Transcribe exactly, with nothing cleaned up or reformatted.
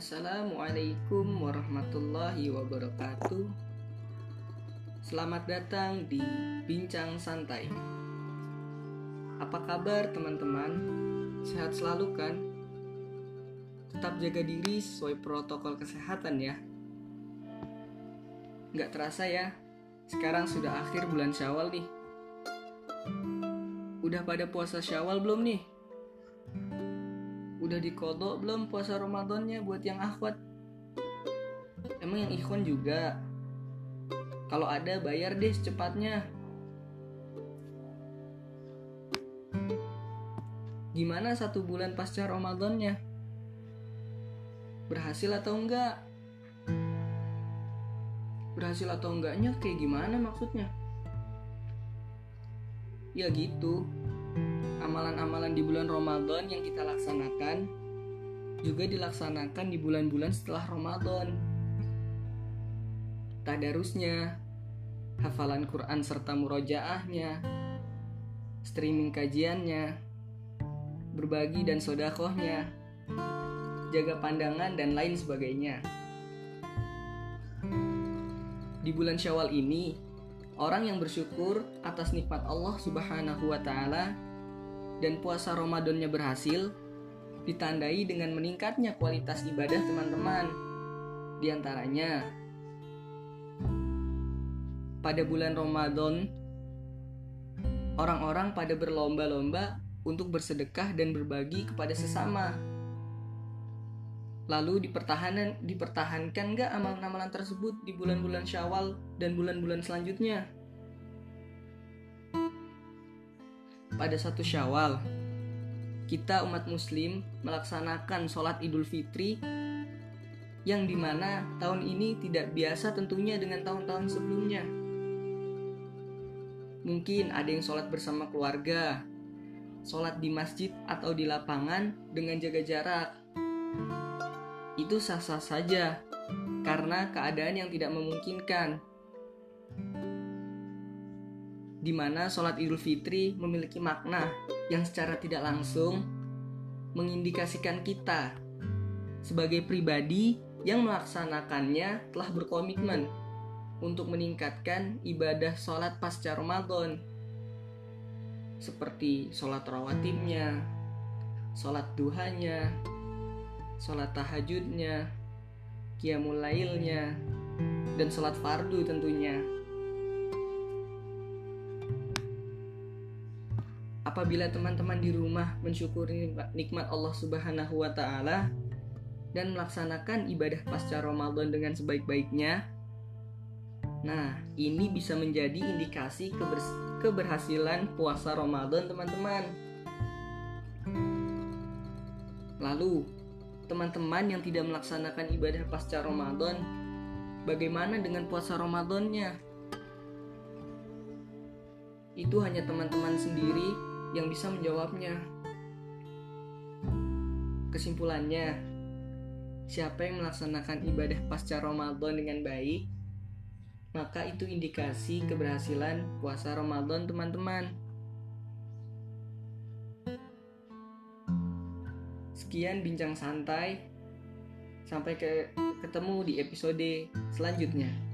Assalamualaikum warahmatullahi wabarakatuh. Selamat datang di Bincang Santai. Apa kabar teman-teman? Sehat selalu kan? Tetap jaga diri sesuai protokol kesehatan ya. Nggak terasa ya, sekarang sudah akhir bulan Syawal nih. Udah pada puasa Syawal belum nih? Udah dikodok belum puasa Ramadannya buat yang akhwat? Emang yang ikhwan juga? Kalau ada bayar deh secepatnya. Gimana satu bulan pasca Ramadannya? Berhasil atau enggak? Berhasil atau enggaknya kayak gimana maksudnya? Ya gitu. Amalan-amalan di bulan Ramadan yang kita laksanakan juga dilaksanakan di bulan-bulan setelah Ramadan. Tadarusnya, hafalan Quran serta murojaahnya, streaming kajiannya, berbagi dan sodakohnya, jaga pandangan dan lain sebagainya. Di bulan Syawal ini, orang yang bersyukur atas nikmat Allah Subhanahu wa Ta'ala dan puasa Ramadannya berhasil, ditandai dengan meningkatnya kualitas ibadah teman-teman. Di antaranya, pada bulan Ramadan, orang-orang pada berlomba-lomba untuk bersedekah dan berbagi kepada sesama. Lalu dipertahankan, dipertahankan gak amalan-amalan tersebut di bulan-bulan Syawal dan bulan-bulan selanjutnya? Pada satu Syawal, kita umat muslim melaksanakan sholat Idul Fitri yang dimana tahun ini tidak biasa tentunya dengan tahun-tahun sebelumnya. Mungkin ada yang sholat bersama keluarga, sholat di masjid atau di lapangan dengan jaga jarak. Itu sah-sah saja karena keadaan yang tidak memungkinkan, di mana sholat Idul Fitri memiliki makna yang secara tidak langsung mengindikasikan kita sebagai pribadi yang melaksanakannya telah berkomitmen untuk meningkatkan ibadah sholat pasca Ramadan, seperti sholat rawatibnya, sholat duhanya, sholat tahajudnya, qiyamul lailnya, dan sholat fardu tentunya. Apabila teman-teman di rumah mensyukuri nikmat Allah Subhanahu wa Ta'ala dan melaksanakan ibadah pasca Ramadan dengan sebaik-baiknya, nah ini bisa menjadi indikasi keber- keberhasilan puasa Ramadan teman-teman. Lalu, teman-teman yang tidak melaksanakan ibadah pasca Ramadan, bagaimana dengan puasa Ramadannya? Itu hanya teman-teman sendiri yang bisa menjawabnya. Kesimpulannya, siapa yang melaksanakan ibadah pasca Ramadan dengan baik, maka itu indikasi keberhasilan puasa Ramadan teman-teman. Sekian bincang santai. Sampai ke ketemu di episode selanjutnya.